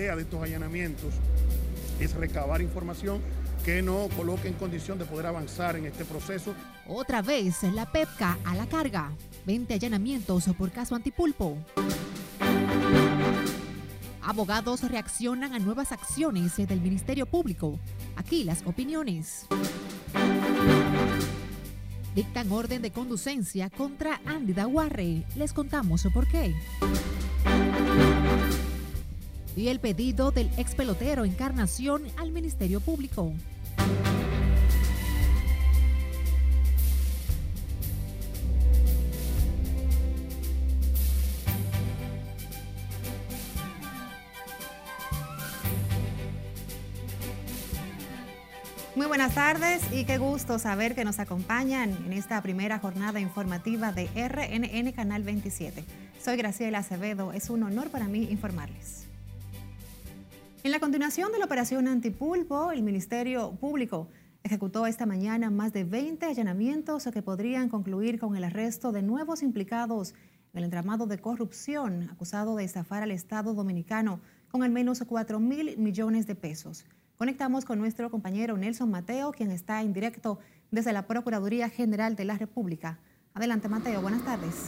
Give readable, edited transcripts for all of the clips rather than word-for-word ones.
idea de estos allanamientos es recabar información que nos coloque en condición de poder avanzar en este proceso. Otra vez la PEPCA a la carga. 20 allanamientos por caso Antipulpo. Abogados reaccionan a nuevas acciones del Ministerio Público. Aquí las opiniones. Dictan orden de conducencia contra Andy Daguarre. Les contamos por qué. Y el pedido del ex pelotero Encarnación al Ministerio Público. Muy buenas tardes y qué gusto saber que nos acompañan en esta primera jornada informativa de RNN Canal 27. Soy Graciela Acevedo, es un honor para mí informarles. En la continuación de la operación Antipulpo, el Ministerio Público ejecutó esta mañana más de 20 allanamientos que podrían concluir con el arresto de nuevos implicados en el entramado de corrupción acusado de estafar al Estado Dominicano con al menos 4.000 millones de pesos. Conectamos con nuestro compañero Nelson Mateo, quien está en directo desde la Procuraduría General de la República. Adelante, Mateo, buenas tardes.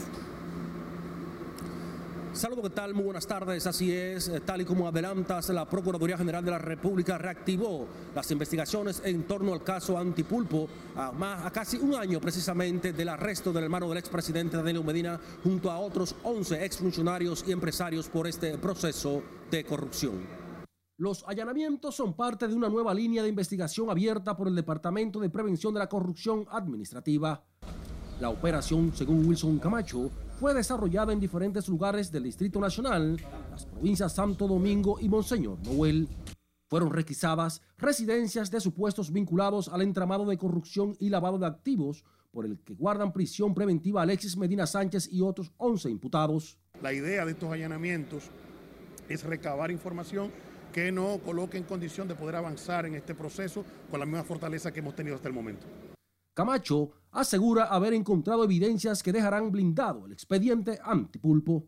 Saludos, ¿qué tal? Muy buenas tardes. Así es, tal y como adelantas, la Procuraduría General de la República reactivó las investigaciones en torno al caso Antipulpo a casi un año precisamente del arresto del hermano del expresidente Danilo Medina junto a otros 11 exfuncionarios y empresarios por este proceso de corrupción. Los allanamientos son parte de una nueva línea de investigación abierta por el Departamento de Prevención de la Corrupción Administrativa. La operación, según Wilson Camacho, fue desarrollada en diferentes lugares del Distrito Nacional, las provincias Santo Domingo y Monseñor Noel. Fueron requisadas residencias de supuestos vinculados al entramado de corrupción y lavado de activos, por el que guardan prisión preventiva Alexis Medina Sánchez y otros 11 imputados. La idea de estos allanamientos es recabar información que nos coloque en condición de poder avanzar en este proceso con la misma fortaleza que hemos tenido hasta el momento. Camacho asegura haber encontrado evidencias que dejarán blindado el expediente Antipulpo.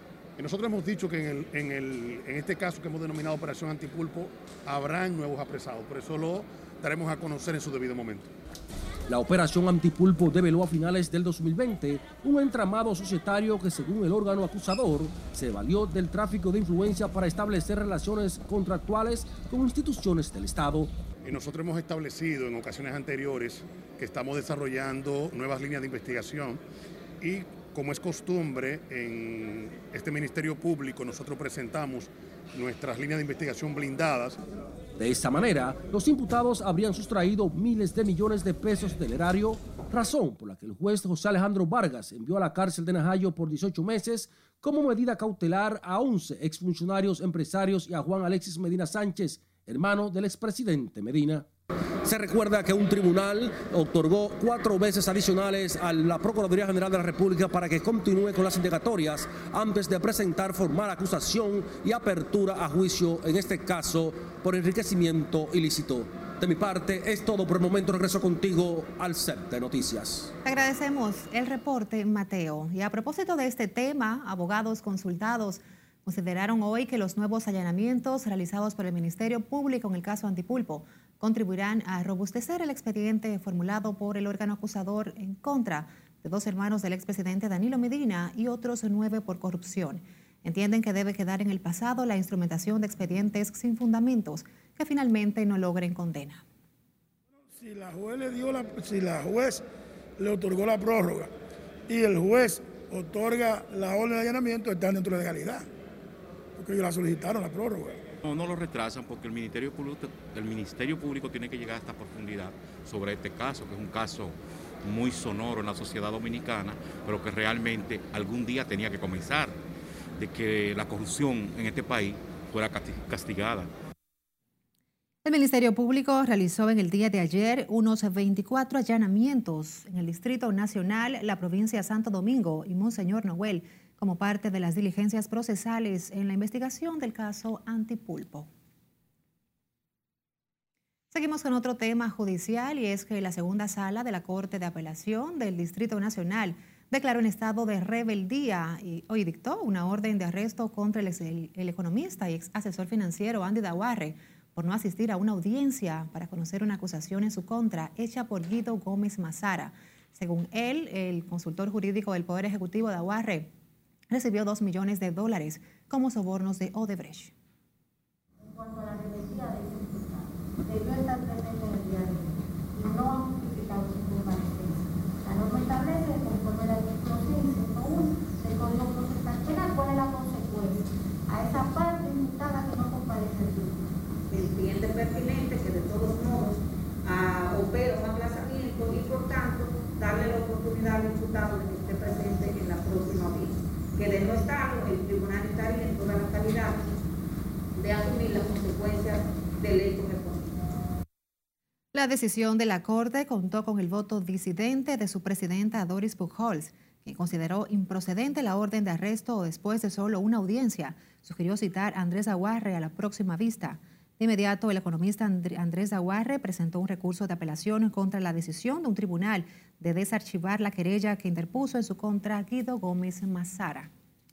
Y nosotros hemos dicho que en este caso que hemos denominado Operación Antipulpo habrán nuevos apresados, por eso lo daremos a conocer en su debido momento. La operación Antipulpo develó a finales del 2020 un entramado societario que, según el órgano acusador, se valió del tráfico de influencia para establecer relaciones contractuales con instituciones del Estado. Y nosotros hemos establecido en ocasiones anteriores que estamos desarrollando nuevas líneas de investigación y, como es costumbre en este Ministerio Público, nosotros presentamos nuestras líneas de investigación blindadas. De esta manera, los imputados habrían sustraído miles de millones de pesos del erario, razón por la que el juez José Alejandro Vargas envió a la cárcel de Najayo por 18 meses como medida cautelar a 11 exfuncionarios empresarios y a Juan Alexis Medina Sánchez, hermano del expresidente Medina. Se recuerda que un tribunal otorgó 4 meses adicionales a la Procuraduría General de la República para que continúe con las indagatorias antes de presentar formal acusación y apertura a juicio, en este caso por enriquecimiento ilícito. De mi parte es todo por el momento. Regreso contigo al set de noticias. Te agradecemos el reporte, Mateo. Y a propósito de este tema, abogados consultados consideraron hoy que los nuevos allanamientos realizados por el Ministerio Público en el caso Antipulpo contribuirán a robustecer el expediente formulado por el órgano acusador en contra de 2 hermanos del expresidente Danilo Medina y otros 9 por corrupción. Entienden que debe quedar en el pasado la instrumentación de expedientes sin fundamentos que finalmente no logren condena. Si la juez le otorgó la prórroga y el juez otorga la orden de allanamiento, están dentro de legalidad, porque ellos la solicitaron, la prórroga. No lo retrasan porque el Ministerio Público tiene que llegar a esta profundidad sobre este caso, que es un caso muy sonoro en la sociedad dominicana, pero que realmente algún día tenía que comenzar, de que la corrupción en este país fuera castigada. El Ministerio Público realizó en el día de ayer unos 24 allanamientos en el Distrito Nacional, la provincia de Santo Domingo y Monseñor Noel, como parte de las diligencias procesales en la investigación del caso Antipulpo. Seguimos con otro tema judicial y es que la segunda sala de la Corte de Apelación del Distrito Nacional declaró en estado de rebeldía y hoy dictó una orden de arresto contra el economista y ex asesor financiero Andy Daguarre por no asistir a una audiencia para conocer una acusación en su contra hecha por Guido Gómez Mazara. Según él, el consultor jurídico del Poder Ejecutivo Daguarre recibió $2 millones como sobornos de Odebrecht. En cuanto a la rebeldía del imputado, debió estar presente en el día de hoy y no ha justificado su comparecencia. La norma establece, conforme al artículo 101 del Código Procesal Penal, cuál es la consecuencia a esa parte imputada que no comparece el tribunal. Entiende pertinente que de todos modos opera un aplazamiento y por tanto darle la oportunidad al imputado de que esté presente en la próxima audiencia. Que de no estarlo, el tribunal estaría en toda la calidad de asumir las consecuencias del hecho que cometió. La decisión de la Corte contó con el voto disidente de su presidenta Doris Pujols, quien consideró improcedente la orden de arresto después de solo una audiencia. Sugirió citar a Andrés Daguarre a la próxima vista. De inmediato, el economista Andrés Daguarre presentó un recurso de apelación contra la decisión de un tribunal de desarchivar la querella que interpuso en su contra Guido Gómez Mazara.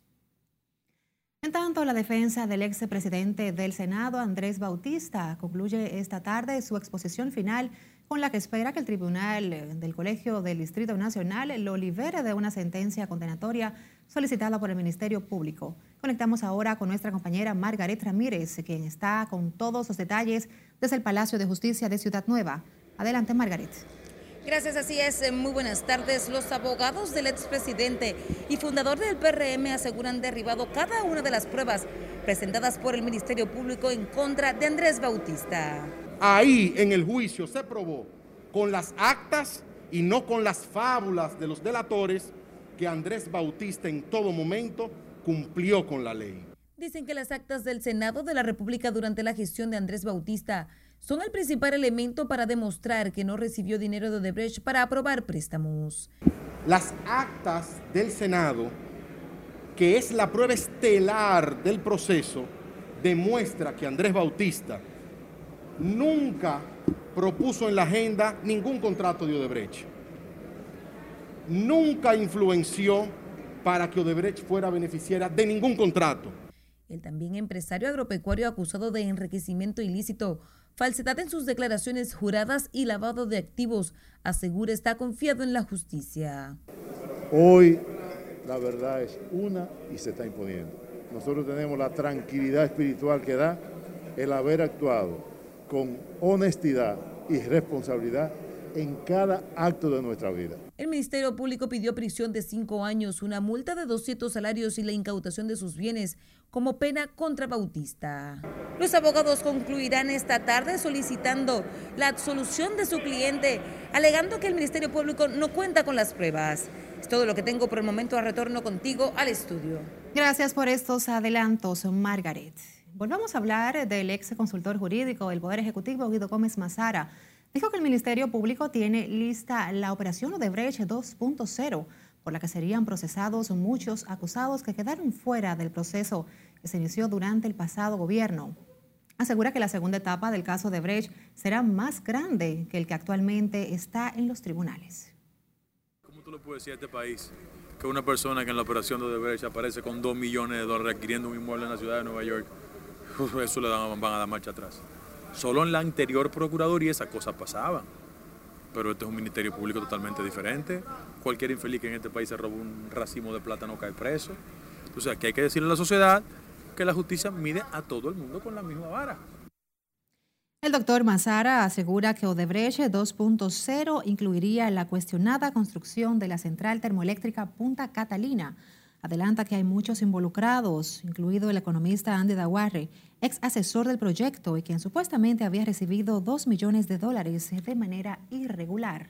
En tanto, la defensa del expresidente del Senado, Andrés Bautista, concluye esta tarde su exposición final con la que espera que el Tribunal del Colegio del Distrito Nacional lo libere de una sentencia condenatoria solicitada por el Ministerio Público. Conectamos ahora con nuestra compañera Margaret Ramírez, quien está con todos los detalles desde el Palacio de Justicia de Ciudad Nueva. Adelante, Margaret. Gracias, así es. Muy buenas tardes. Los abogados del expresidente y fundador del PRM aseguran derribado cada una de las pruebas presentadas por el Ministerio Público en contra de Andrés Bautista. Ahí en el juicio se probó con las actas y no con las fábulas de los delatores que Andrés Bautista en todo momento cumplió con la ley. Dicen que las actas del Senado de la República durante la gestión de Andrés Bautista son el principal elemento para demostrar que no recibió dinero de Odebrecht para aprobar préstamos. Las actas del Senado, que es la prueba estelar del proceso, demuestra que Andrés Bautista nunca propuso en la agenda ningún contrato de Odebrecht. Nunca influenció para que Odebrecht fuera beneficiaria de ningún contrato. El también empresario agropecuario acusado de enriquecimiento ilícito, falsedad en sus declaraciones juradas y lavado de activos, asegura está confiado en la justicia. Hoy la verdad es una y se está imponiendo. Nosotros tenemos la tranquilidad espiritual que da el haber actuado con honestidad y responsabilidad en cada acto de nuestra vida. El Ministerio Público pidió prisión de 5 años, una multa de 200 salarios y la incautación de sus bienes como pena contra Bautista. Los abogados concluirán esta tarde solicitando la absolución de su cliente, alegando que el Ministerio Público no cuenta con las pruebas. Es todo lo que tengo por el momento. Retorno contigo al estudio. Gracias por estos adelantos, Margaret. Volvamos a hablar del ex consultor jurídico del Poder Ejecutivo, Guido Gómez Mazara. Dijo que el Ministerio Público tiene lista la operación Odebrecht 2.0, por la que serían procesados muchos acusados que quedaron fuera del proceso que se inició durante el pasado gobierno. Asegura que la segunda etapa del caso Odebrecht será más grande que el que actualmente está en los tribunales. ¿Cómo tú le puedes decir a este país que una persona que en la operación de Odebrecht aparece con $2 millones adquiriendo un inmueble en la ciudad de Nueva York, eso van a dar marcha atrás? Solo en la anterior procuraduría esas cosas pasaban, pero este es un ministerio público totalmente diferente. Cualquier infeliz que en este país se roba un racimo de plata no cae preso. O sea, que hay que decirle a la sociedad que la justicia mide a todo el mundo con la misma vara. El doctor Mazara asegura que Odebrecht 2.0 incluiría la cuestionada construcción de la central termoeléctrica Punta Catalina. Adelanta que hay muchos involucrados, incluido el economista Andy Daguarre, ex asesor del proyecto y quien supuestamente había recibido $2 millones de manera irregular.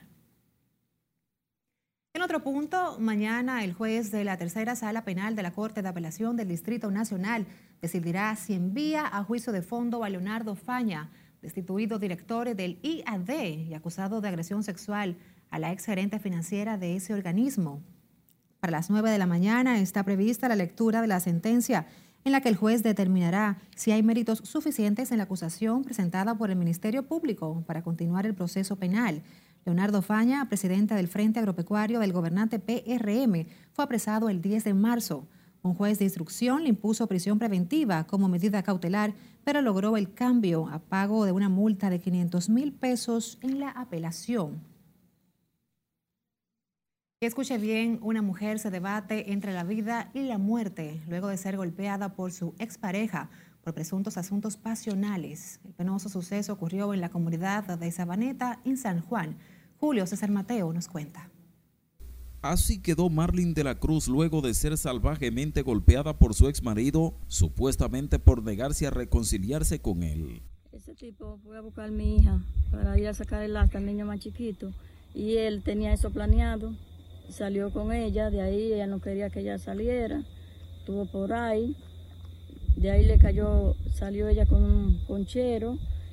En otro punto, mañana el juez de la tercera sala penal de la Corte de Apelación del Distrito Nacional decidirá si envía a juicio de fondo a Leonardo Faña, destituido director del IAD y acusado de agresión sexual a la exgerente financiera de ese organismo. Para las 9 de la mañana está prevista la lectura de la sentencia en la que el juez determinará si hay méritos suficientes en la acusación presentada por el Ministerio Público para continuar el proceso penal. Leonardo Faña, presidente del Frente Agropecuario del gobernante PRM, fue apresado el 10 de marzo. Un juez de instrucción le impuso prisión preventiva como medida cautelar, pero logró el cambio a pago de una multa de 500,000 pesos en la apelación. Y escuche bien, una mujer se debate entre la vida y la muerte luego de ser golpeada por su expareja por presuntos asuntos pasionales. El penoso suceso ocurrió en la comunidad de Sabaneta, en San Juan. Julio César Mateo nos cuenta. Así quedó Marlene de la Cruz luego de ser salvajemente golpeada por su exmarido, supuestamente por negarse a reconciliarse con él. Ese tipo fue a buscar a mi hija para ir a sacar el acta al niño más chiquito y él tenía eso planeado. Salió con ella, de ahí ella no quería que ella saliera, estuvo por ahí, de ahí salió ella con un ponchero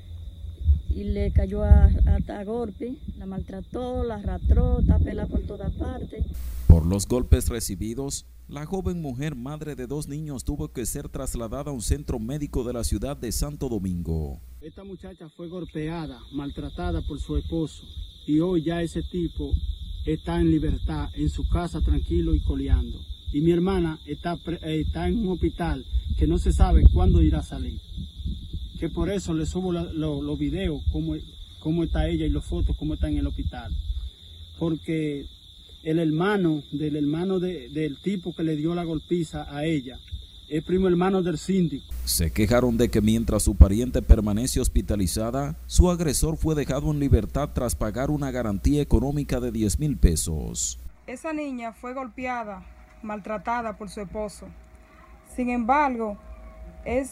y le cayó a golpe, la maltrató, la arrastró, tapela por todas partes. Por los golpes recibidos, la joven mujer, madre de 2 niños, tuvo que ser trasladada a un centro médico de la ciudad de Santo Domingo. Esta muchacha fue golpeada, maltratada por su esposo y hoy ya ese tipo está en libertad, en su casa tranquilo y coleando. Y mi hermana está en un hospital que no se sabe cuándo irá a salir. Que por eso le subo los videos, cómo está ella y las fotos, cómo está en el hospital. Porque el hermano del tipo que le dio la golpiza a ella es primo hermano del síndico. Se quejaron de que mientras su pariente permanece hospitalizada, su agresor fue dejado en libertad tras pagar una garantía económica de 10,000 pesos. Esa niña fue golpeada, maltratada por su esposo. Sin embargo, él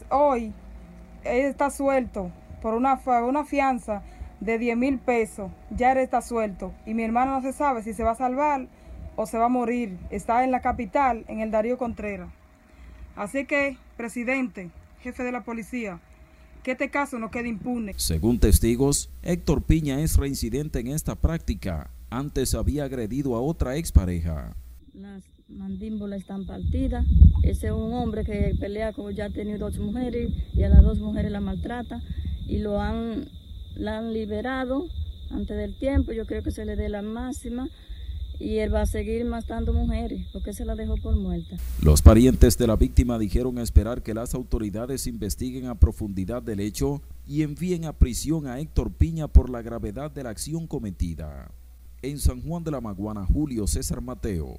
está suelto por una fianza de 10,000 pesos. Ya él está suelto y mi hermano no se sabe si se va a salvar o se va a morir. Está en la capital, en el Darío Contreras. Así que, presidente, jefe de la policía, que este caso no quede impune. Según testigos, Héctor Piña es reincidente en esta práctica. Antes había agredido a otra expareja. Las mandíbulas están partidas. Ese es un hombre que pelea como ya ha tenido 2 mujeres y a las 2 mujeres la maltrata y la han liberado antes del tiempo. Yo creo que se le dé la máxima. Y él va a seguir matando mujeres porque se la dejó por muerta. Los parientes de la víctima dijeron esperar que las autoridades investiguen a profundidad del hecho y envíen a prisión a Héctor Piña por la gravedad de la acción cometida. En San Juan de la Maguana, Julio César Mateo,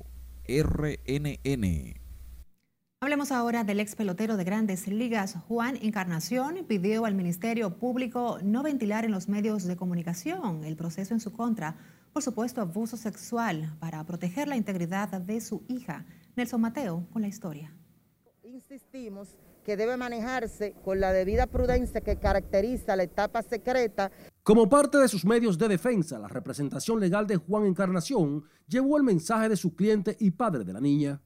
RNN. Hablemos ahora del ex pelotero de Grandes Ligas, Juan Encarnación, pidió al Ministerio Público no ventilar en los medios de comunicación el proceso en su contra por supuesto abuso sexual para proteger la integridad de su hija. Nelson Mateo con la historia. Insistimos que debe manejarse con la debida prudencia que caracteriza la etapa secreta. Como parte de sus medios de defensa, la representación legal de Juan Encarnación llevó el mensaje de su cliente y padre de la niña.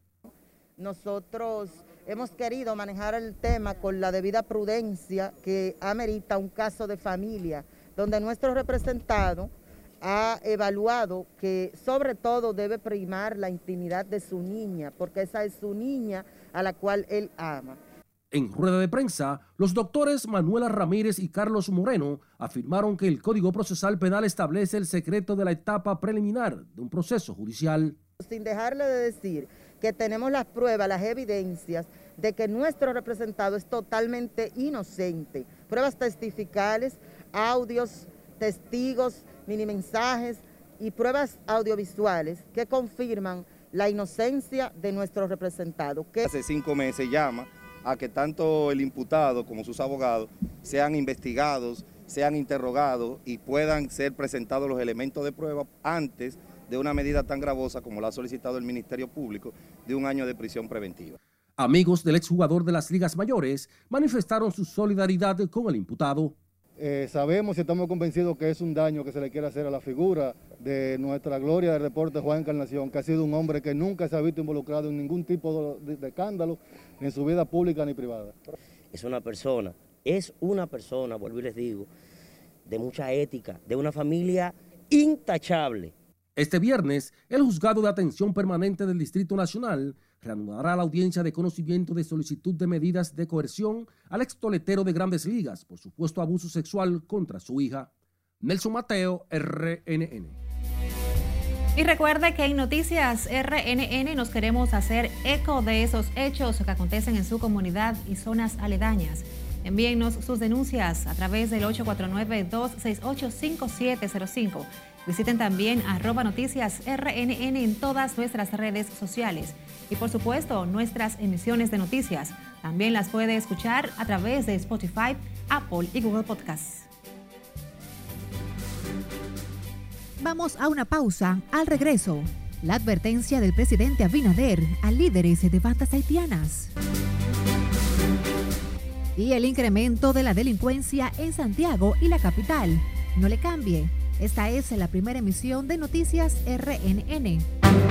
Nosotros hemos querido manejar el tema con la debida prudencia que amerita un caso de familia, donde nuestro representado ha evaluado que sobre todo debe primar la intimidad de su niña, porque esa es su niña a la cual él ama. En rueda de prensa, los doctores Manuela Ramírez y Carlos Moreno afirmaron que el Código Procesal Penal establece el secreto de la etapa preliminar de un proceso judicial. Sin dejarle de decir que tenemos las pruebas, las evidencias de que nuestro representado es totalmente inocente. Pruebas testificales, audios, testigos, mini mensajes y pruebas audiovisuales que confirman la inocencia de nuestro representado. Hace 5 meses llama a que tanto el imputado como sus abogados sean investigados, sean interrogados y puedan ser presentados los elementos de prueba antes de una medida tan gravosa como la ha solicitado el Ministerio Público de 1 año de prisión preventiva. Amigos del exjugador de las ligas mayores manifestaron su solidaridad con el imputado. Sabemos y estamos convencidos que es un daño que se le quiere hacer a la figura de nuestra gloria del deporte, Juan Encarnación, que ha sido un hombre que nunca se ha visto involucrado en ningún tipo de escándalo, ni en su vida pública ni privada. Es una persona, vuelvo y les digo, de mucha ética, de una familia intachable. Este viernes, el Juzgado de Atención Permanente del Distrito Nacional reanudará la audiencia de conocimiento de solicitud de medidas de coerción al extoletero de Grandes Ligas por supuesto abuso sexual contra su hija. Nelson Mateo, RNN. Y recuerde que en Noticias RNN nos queremos hacer eco de esos hechos que acontecen en su comunidad y zonas aledañas. Envíennos sus denuncias a través del 849-268-5705. Visiten también @noticiasrnn en todas nuestras redes sociales. Y por supuesto, nuestras emisiones de noticias también las puede escuchar a través de Spotify, Apple y Google Podcasts. Vamos a una pausa. Al regreso, la advertencia del presidente Abinader a líderes de bandas haitianas. Y el incremento de la delincuencia en Santiago y la capital. No le cambie. Esta es la primera emisión de Noticias RNN.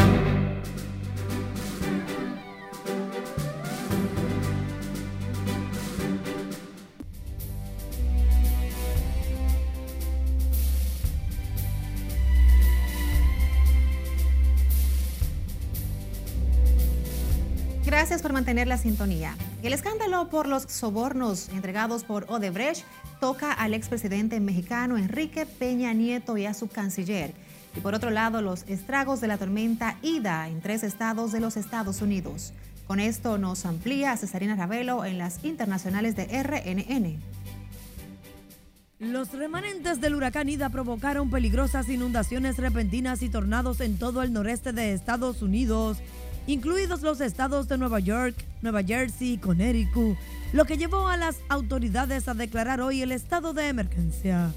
Gracias por mantener la sintonía. El escándalo por los sobornos entregados por Odebrecht toca al expresidente mexicano Enrique Peña Nieto y a su canciller. Y por otro lado, los estragos de la tormenta Ida en 3 estados de los Estados Unidos. Con esto nos amplía Cesarina Ravelo en las internacionales de RNN. Los remanentes del huracán Ida provocaron peligrosas inundaciones repentinas y tornados en todo el noreste de Estados Unidos, incluidos los estados de Nueva York, Nueva Jersey y Connecticut, lo que llevó a las autoridades a declarar hoy el estado de emergencia.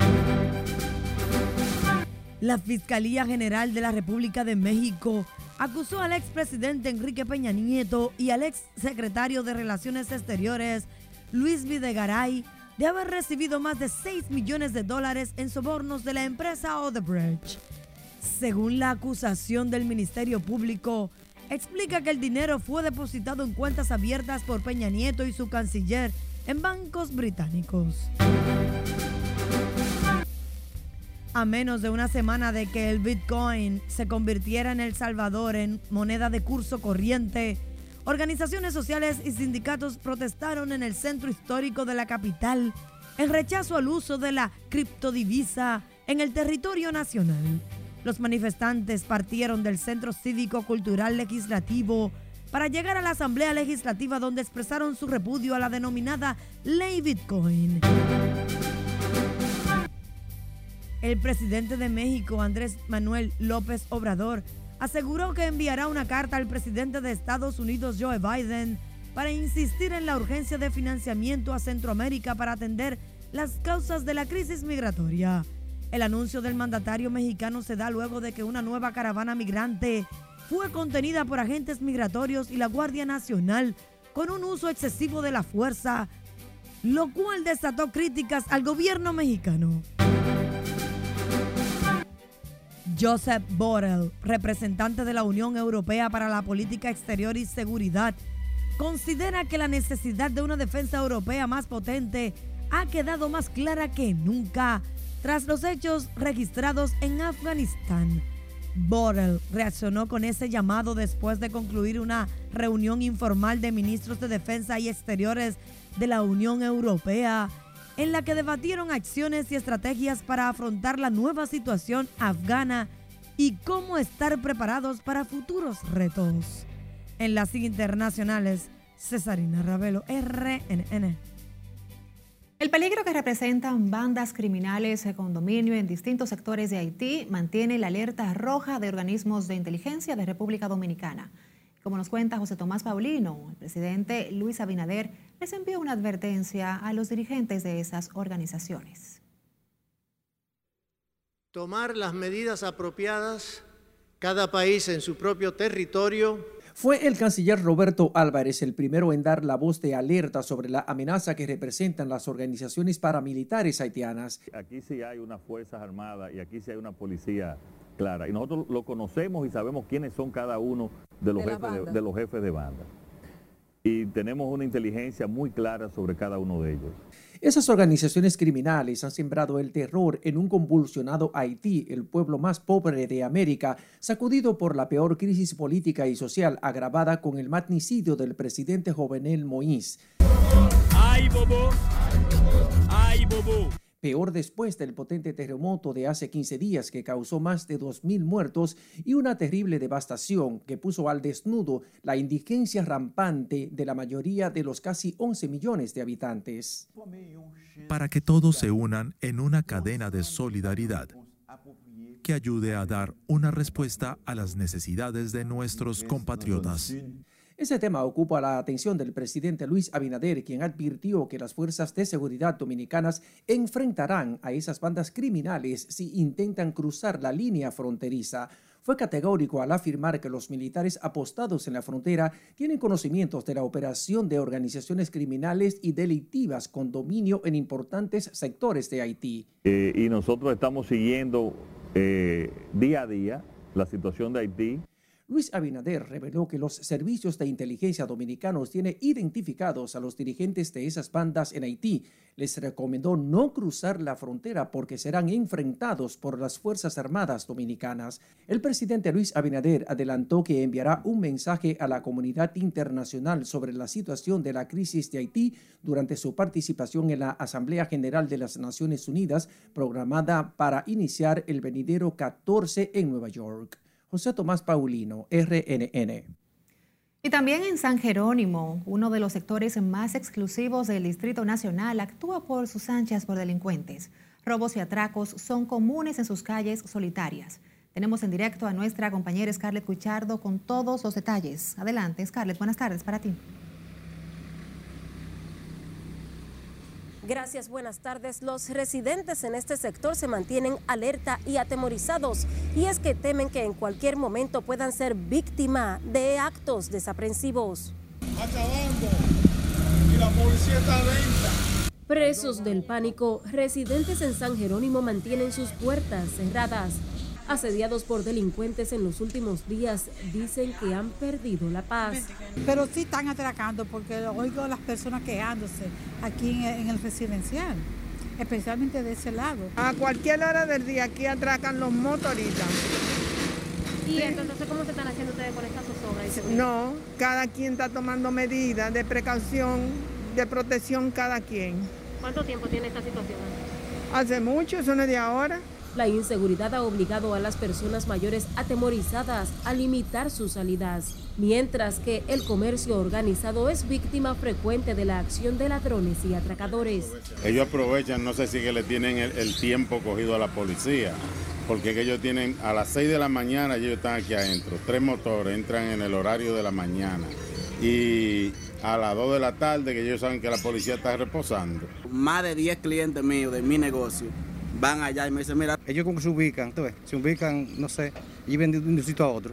La Fiscalía General de la República de México acusó al expresidente Enrique Peña Nieto y al exsecretario de Relaciones Exteriores, Luis Videgaray, de haber recibido más de $6 millones en sobornos de la empresa Odebrecht. Según la acusación del Ministerio Público, explica que el dinero fue depositado en cuentas abiertas por Peña Nieto y su canciller en bancos británicos. A menos de una semana de que el Bitcoin se convirtiera en El Salvador en moneda de curso corriente, organizaciones sociales y sindicatos protestaron en el centro histórico de la capital en rechazo al uso de la criptodivisa en el territorio nacional. Los manifestantes partieron del Centro Cívico Cultural Legislativo para llegar a la Asamblea Legislativa, donde expresaron su repudio a la denominada Ley Bitcoin. El presidente de México, Andrés Manuel López Obrador, aseguró que enviará una carta al presidente de Estados Unidos, Joe Biden, para insistir en la urgencia de financiamiento a Centroamérica para atender las causas de la crisis migratoria. El anuncio del mandatario mexicano se da luego de que una nueva caravana migrante fue contenida por agentes migratorios y la Guardia Nacional con un uso excesivo de la fuerza, lo cual desató críticas al gobierno mexicano. Josep Borrell, representante de la Unión Europea para la Política Exterior y Seguridad, considera que la necesidad de una defensa europea más potente ha quedado más clara que nunca tras los hechos registrados en Afganistán. Borrell reaccionó con ese llamado después de concluir una reunión informal de ministros de Defensa y Exteriores de la Unión Europea, en la que debatieron acciones y estrategias para afrontar la nueva situación afgana y cómo estar preparados para futuros retos. En las internacionales, Cesarina Ravelo, RNN. El peligro que representan bandas criminales con dominio en distintos sectores de Haití mantiene la alerta roja de organismos de inteligencia de República Dominicana. Como nos cuenta José Tomás Paulino, el presidente Luis Abinader les envió una advertencia a los dirigentes de esas organizaciones. Tomar las medidas apropiadas, cada país en su propio territorio. Fue el canciller Roberto Álvarez el primero en dar la voz de alerta sobre la amenaza que representan las organizaciones paramilitares haitianas. Aquí sí hay unas fuerzas armadas y aquí sí hay una policía clara. Y nosotros lo conocemos y sabemos quiénes son cada uno de los jefes de banda. Y tenemos una inteligencia muy clara sobre cada uno de ellos. Esas organizaciones criminales han sembrado el terror en un convulsionado Haití, el pueblo más pobre de América, sacudido por la peor crisis política y social agravada con el magnicidio del presidente Jovenel Moïse. ¡Ay, bobo! ¡Ay, bobo! peor después del potente terremoto de hace 15 días que causó más de 2.000 muertos y una terrible devastación que puso al desnudo la indigencia rampante de la mayoría de los casi 11 millones de habitantes. Para que todos se unan en una cadena de solidaridad que ayude a dar una respuesta a las necesidades de nuestros compatriotas. Ese tema ocupa la atención del presidente Luis Abinader, quien advirtió que las fuerzas de seguridad dominicanas enfrentarán a esas bandas criminales si intentan cruzar la línea fronteriza. Fue categórico al afirmar que los militares apostados en la frontera tienen conocimientos de la operación de organizaciones criminales y delictivas con dominio en importantes sectores de Haití. Y nosotros estamos siguiendo día a día la situación de Haití. Luis Abinader reveló que los servicios de inteligencia dominicanos tienen identificados a los dirigentes de esas bandas en Haití. Les recomendó no cruzar la frontera porque serán enfrentados por las Fuerzas Armadas dominicanas. El presidente Luis Abinader adelantó que enviará un mensaje a la comunidad internacional sobre la situación de la crisis de Haití durante su participación en la Asamblea General de las Naciones Unidas, programada para iniciar el venidero 14 en Nueva York. José Tomás Paulino, RNN. Y también en San Jerónimo, uno de los sectores más exclusivos del Distrito Nacional, actúa por sus anchas por delincuentes. Robos y atracos son comunes en sus calles solitarias. Tenemos en directo a nuestra compañera Scarlett Cuchardo con todos los detalles. Adelante, Scarlett, buenas tardes para ti. Gracias, buenas tardes. Los residentes en este sector se mantienen alerta y atemorizados, y es que temen que en cualquier momento puedan ser víctima de actos desaprensivos. Acabando, y la policía está lenta. Presos del pánico, residentes en San Jerónimo mantienen sus puertas cerradas. Asediados por delincuentes en los últimos días, dicen que han perdido la paz. Pero sí están atracando porque oigo a las personas quejándose aquí en el residencial, especialmente de ese lado. A cualquier hora del día aquí atracan los motoristas. ¿Y entonces cómo se están haciendo ustedes con esta zozobra? No, cada quien está tomando medidas de precaución, de protección cada quien. ¿Cuánto tiempo tiene esta situación? Hace mucho, eso no es de ahora. La inseguridad ha obligado a las personas mayores atemorizadas a limitar sus salidas, mientras que el comercio organizado es víctima frecuente de la acción de ladrones y atracadores. Ellos aprovechan, no sé si que le tienen el tiempo cogido a la policía, porque ellos tienen a las 6 de la mañana, ellos están aquí adentro, 3 motores entran en el horario de la mañana y a las 2 de la tarde, que ellos saben que la policía está reposando. Más de 10 clientes míos de mi negocio van allá y me dicen, mira, ellos como se ubican, no sé, y ven de un sitio a otro.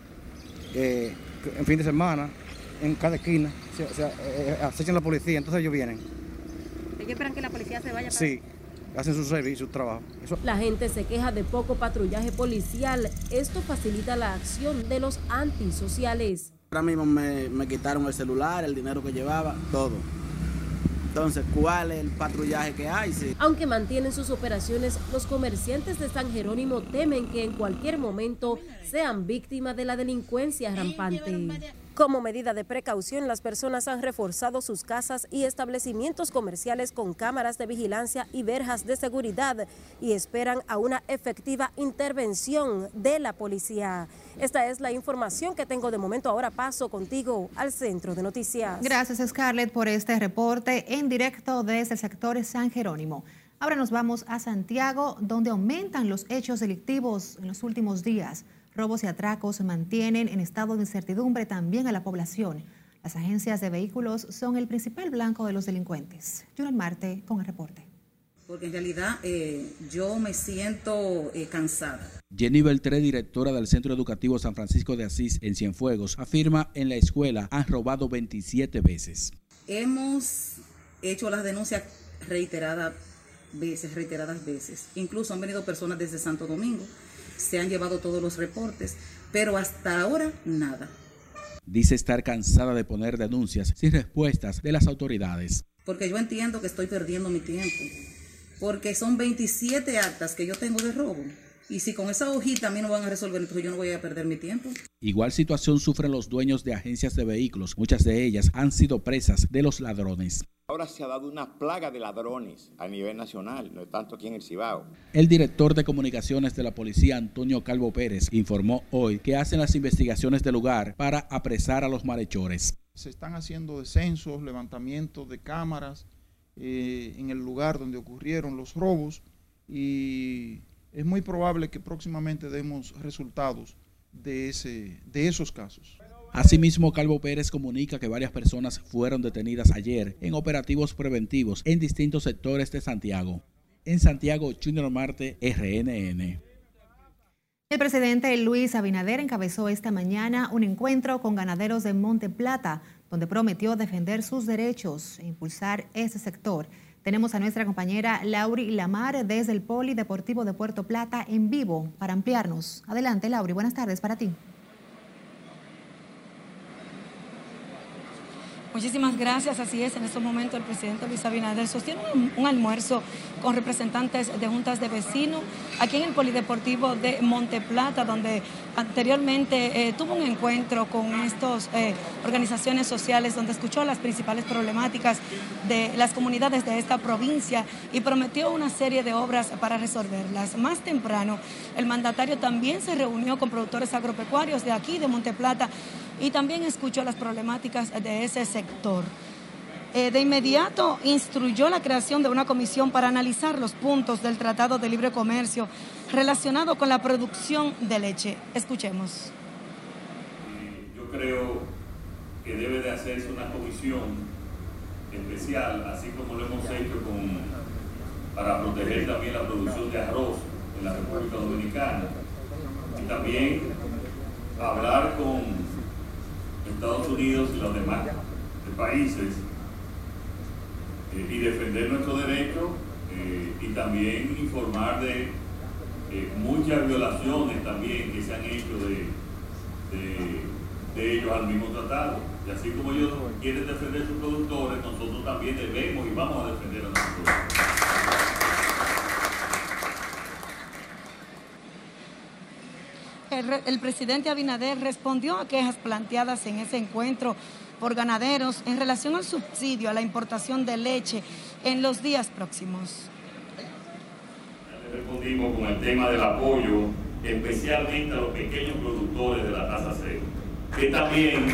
En fin de semana, en cada esquina, acechan la policía, entonces ellos vienen. ¿Ellos esperan que la policía se vaya? Sí, hacen su servicio, su trabajo. La gente se queja de poco patrullaje policial. Esto facilita la acción de los antisociales. Ahora mismo me quitaron el celular, el dinero que llevaba, todo. Entonces, ¿cuál es el patrullaje que hay? Sí. Aunque mantienen sus operaciones, los comerciantes de San Jerónimo temen que en cualquier momento sean víctimas de la delincuencia rampante. Como medida de precaución, las personas han reforzado sus casas y establecimientos comerciales con cámaras de vigilancia y verjas de seguridad y esperan a una efectiva intervención de la policía. Esta es la información que tengo de momento. Ahora paso contigo al Centro de Noticias. Gracias, Scarlett, por este reporte en directo desde el sector San Jerónimo. Ahora nos vamos a Santiago, donde aumentan los hechos delictivos en los últimos días. Robos y atracos se mantienen en estado de incertidumbre también a la población. Las agencias de vehículos son el principal blanco de los delincuentes. Julián Marte con el reporte. Porque en realidad yo me siento cansada. Jenny Beltré, directora del Centro Educativo San Francisco de Asís en Cienfuegos, afirma en la escuela han robado 27 veces. Hemos hecho las denuncias reiteradas veces. Incluso han venido personas desde Santo Domingo. Se han llevado todos los reportes, pero hasta ahora nada. Dice estar cansada de poner denuncias sin respuestas de las autoridades. Porque yo entiendo que estoy perdiendo mi tiempo, porque son 27 actas que yo tengo de robo Y si con esa hojita a mí no van a resolver, entonces yo no voy a perder mi tiempo. Igual situación sufren los dueños de agencias de vehículos. Muchas de ellas han sido presas de los ladrones. Ahora se ha dado una plaga de ladrones a nivel nacional, no tanto aquí en el Cibao. El director de comunicaciones de la policía, Antonio Calvo Pérez, informó hoy que hacen las investigaciones del lugar para apresar a los malhechores. Se están haciendo descensos, levantamientos de cámaras en el lugar donde ocurrieron los robos y es muy probable que próximamente demos resultados de esos casos. Asimismo, Calvo Pérez comunica que varias personas fueron detenidas ayer en operativos preventivos en distintos sectores de Santiago. En Santiago, Junior Marte, RNN. El presidente Luis Abinader encabezó esta mañana un encuentro con ganaderos de Monte Plata, donde prometió defender sus derechos e impulsar ese sector. Tenemos a nuestra compañera Lauri Lamar desde el Polideportivo de Puerto Plata en vivo para ampliarnos. Adelante, Lauri, buenas tardes para ti. Muchísimas gracias. Así es, en estos momentos el presidente Luis Abinader sostiene un almuerzo con representantes de juntas de vecinos aquí en el Polideportivo de Monte Plata, donde anteriormente tuvo un encuentro con estas organizaciones sociales, donde escuchó las principales problemáticas de las comunidades de esta provincia y prometió una serie de obras para resolverlas. Más temprano, el mandatario también se reunió con productores agropecuarios de aquí, de Monte Plata, y también escuchó las problemáticas de ese sector. De inmediato instruyó la creación de una comisión para analizar los puntos del Tratado de Libre Comercio relacionado con la producción de leche. Escuchemos. Yo creo que debe de hacerse una comisión especial, así como lo hemos hecho para proteger también la producción de arroz en la República Dominicana, y también hablar con Estados Unidos y los demás países y defender nuestros derechos y también informar de muchas violaciones también que se han hecho de ellos al mismo tratado. Y así como ellos quieren defender a sus productores, nosotros también debemos y vamos a defender a nuestros productores. El presidente Abinader respondió a quejas planteadas en ese encuentro por ganaderos en relación al subsidio a la importación de leche en los días próximos. Respondimos con el tema del apoyo, especialmente a los pequeños productores de la tasa cero, que también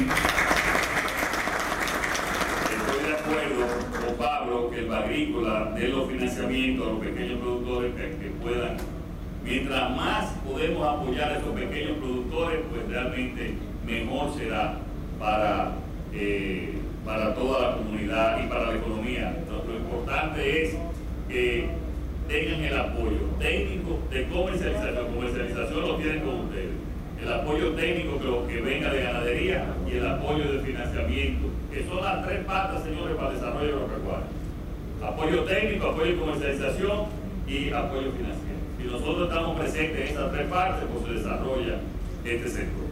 estoy de acuerdo con Pablo que el Agrícola dé los financiamientos a los pequeños productores que puedan. Mientras más podemos apoyar a esos pequeños productores, pues realmente mejor será para toda la comunidad y para la economía. Lo importante es que tengan el apoyo técnico de comercialización. Comercialización lo tienen con ustedes. El apoyo técnico que venga de ganadería y el apoyo de financiamiento, que son las tres patas, señores, para el desarrollo agropecuario. Apoyo técnico, apoyo de comercialización y apoyo financiero. Si nosotros estamos presentes en estas tres partes, pues se desarrolla este sector.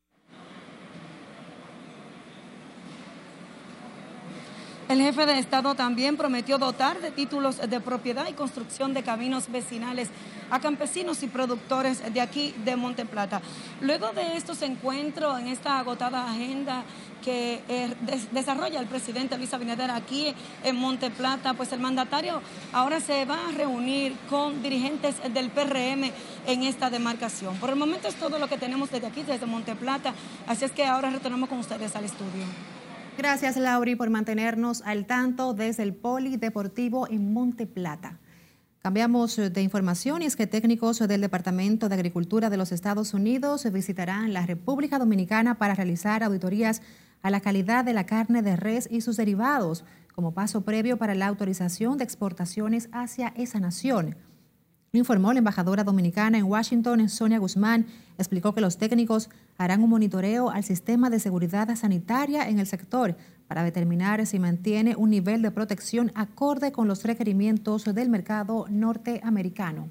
El jefe de Estado también prometió dotar de títulos de propiedad y construcción de caminos vecinales a campesinos y productores de aquí de Monte Plata. Luego de estos encuentros, en esta agotada agenda que desarrolla el presidente Luis Abinader aquí en Monte Plata, pues el mandatario ahora se va a reunir con dirigentes del PRM en esta demarcación. Por el momento es todo lo que tenemos desde aquí, desde Monte Plata, así es que ahora retornamos con ustedes al estudio. Gracias, Lauri, por mantenernos al tanto desde el Polideportivo en Monte Plata. Cambiamos de información y es que técnicos del Departamento de Agricultura de los Estados Unidos visitarán la República Dominicana para realizar auditorías a la calidad de la carne de res y sus derivados, como paso previo para la autorización de exportaciones hacia esa nación. Informó la embajadora dominicana en Washington, Sonia Guzmán, explicó que los técnicos harán un monitoreo al sistema de seguridad sanitaria en el sector para determinar si mantiene un nivel de protección acorde con los requerimientos del mercado norteamericano.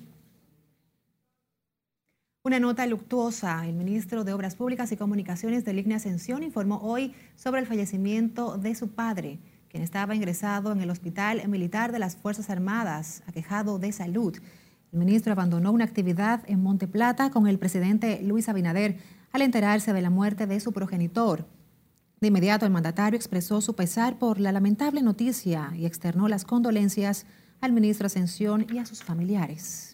Una nota luctuosa. El ministro de Obras Públicas y Comunicaciones de Lignia Ascensión informó hoy sobre el fallecimiento de su padre, quien estaba ingresado en el Hospital Militar de las Fuerzas Armadas, aquejado de salud. El ministro abandonó una actividad en Monte Plata con el presidente Luis Abinader al enterarse de la muerte de su progenitor. De inmediato, el mandatario expresó su pesar por la lamentable noticia y externó las condolencias al ministro Ascensión y a sus familiares.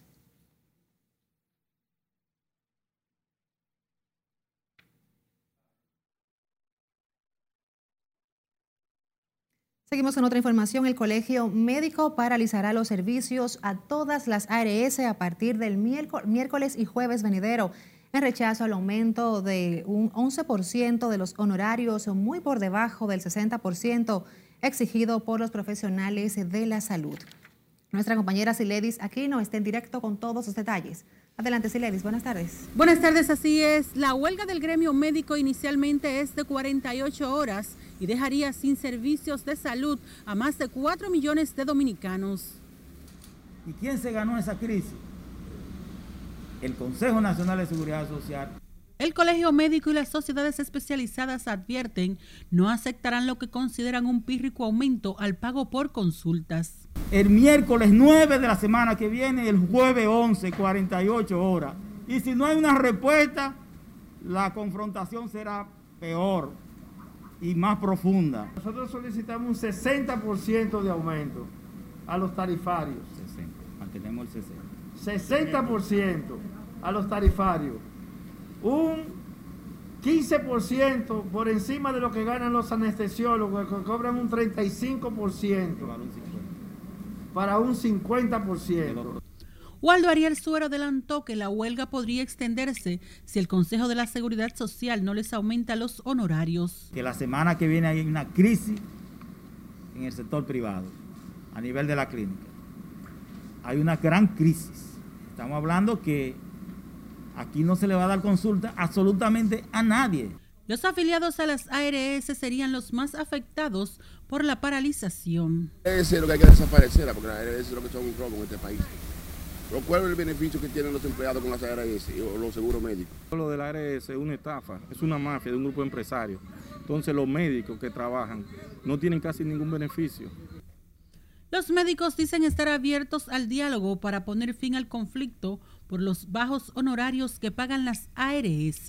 Seguimos con otra información. El Colegio Médico paralizará los servicios a todas las ARS a partir del miércoles y jueves venidero, en rechazo al aumento de un 11% de los honorarios, muy por debajo del 60% exigido por los profesionales de la salud. Nuestra compañera Siledis Aquino está en directo con todos los detalles. Adelante, Siledis, buenas tardes. Buenas tardes, así es. La huelga del gremio médico inicialmente es de 48 horas y dejaría sin servicios de salud a más de 4 millones de dominicanos. ¿Y quién se ganó esa crisis? El Consejo Nacional de Seguridad Social. El Colegio Médico y las sociedades especializadas advierten no aceptarán lo que consideran un pírrico aumento al pago por consultas. El miércoles 9 de la semana que viene, el jueves 11, 48 horas. Y si no hay una respuesta, la confrontación será peor y más profunda. Nosotros solicitamos un 60% de aumento a los tarifarios. 60, mantenemos el 60%. 60% a los tarifarios. Un 15% por encima de lo que ganan los anestesiólogos, que cobran un 35%. Para un 50%. Waldo Ariel Suero adelantó que la huelga podría extenderse si el Consejo de la Seguridad Social no les aumenta los honorarios. Que la semana que viene hay una crisis en el sector privado, a nivel de la clínica. Hay una gran crisis. Estamos hablando que aquí no se le va a dar consulta absolutamente a nadie. Los afiliados a las ARS serían los más afectados por la paralización. Es lo que hay que desaparecer, porque las ARS es lo que son un robo en este país. ¿Cuál es el beneficio que tienen los empleados con las ARS o los seguros médicos? Lo de la ARS es una estafa, es una mafia de un grupo de empresarios. Entonces los médicos que trabajan no tienen casi ningún beneficio. Los médicos dicen estar abiertos al diálogo para poner fin al conflicto por los bajos honorarios que pagan las ARS.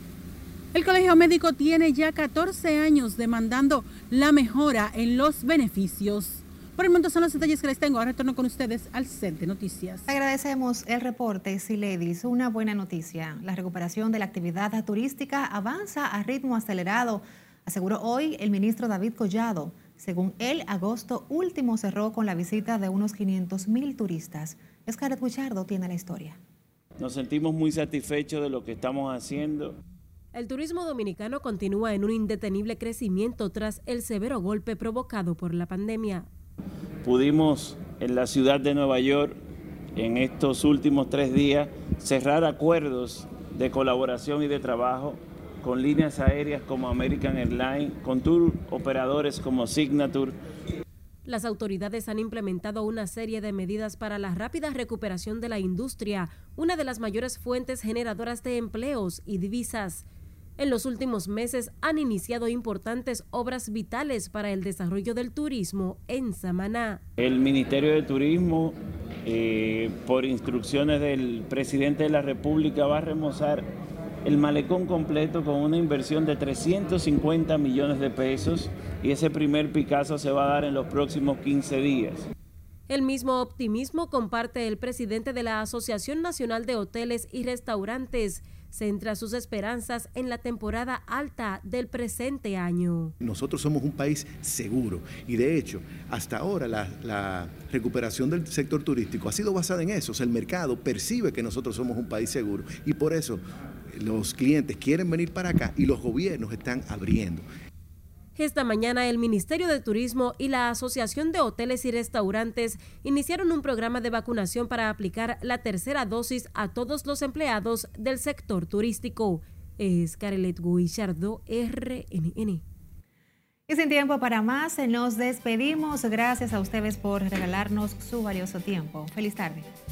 El Colegio Médico tiene ya 14 años demandando la mejora en los beneficios. Por el momento son los detalles que les tengo. Ahora retorno con ustedes al set de noticias. Agradecemos el reporte, Siledis. Una buena noticia. La recuperación de la actividad turística avanza a ritmo acelerado, aseguró hoy el ministro David Collado. Según él, agosto último cerró con la visita de unos 500,000 turistas. Scarlett Guichardo tiene la historia. Nos sentimos muy satisfechos de lo que estamos haciendo. El turismo dominicano continúa en un indetenible crecimiento tras el severo golpe provocado por la pandemia. Pudimos en la ciudad de Nueva York en estos últimos 3 días cerrar acuerdos de colaboración y de trabajo con líneas aéreas como American Airlines, con tour operadores como Signature. Las autoridades han implementado una serie de medidas para la rápida recuperación de la industria, una de las mayores fuentes generadoras de empleos y divisas. En los últimos meses han iniciado importantes obras vitales para el desarrollo del turismo en Samaná. El Ministerio de Turismo, por instrucciones del presidente de la República, va a remozar el malecón completo con una inversión de 350 millones de pesos y ese primer Picasso se va a dar en los próximos 15 días. El mismo optimismo comparte el presidente de la Asociación Nacional de Hoteles y Restaurantes. Centra sus esperanzas en la temporada alta del presente año. Nosotros somos un país seguro y de hecho hasta ahora la recuperación del sector turístico ha sido basada en eso. O sea, el mercado percibe que nosotros somos un país seguro y por eso los clientes quieren venir para acá y los gobiernos están abriendo. Esta mañana el Ministerio de Turismo y la Asociación de Hoteles y Restaurantes iniciaron un programa de vacunación para aplicar la tercera dosis a todos los empleados del sector turístico. Scarlett Guichardo, RNN. Y sin tiempo para más, nos despedimos. Gracias a ustedes por regalarnos su valioso tiempo. Feliz tarde.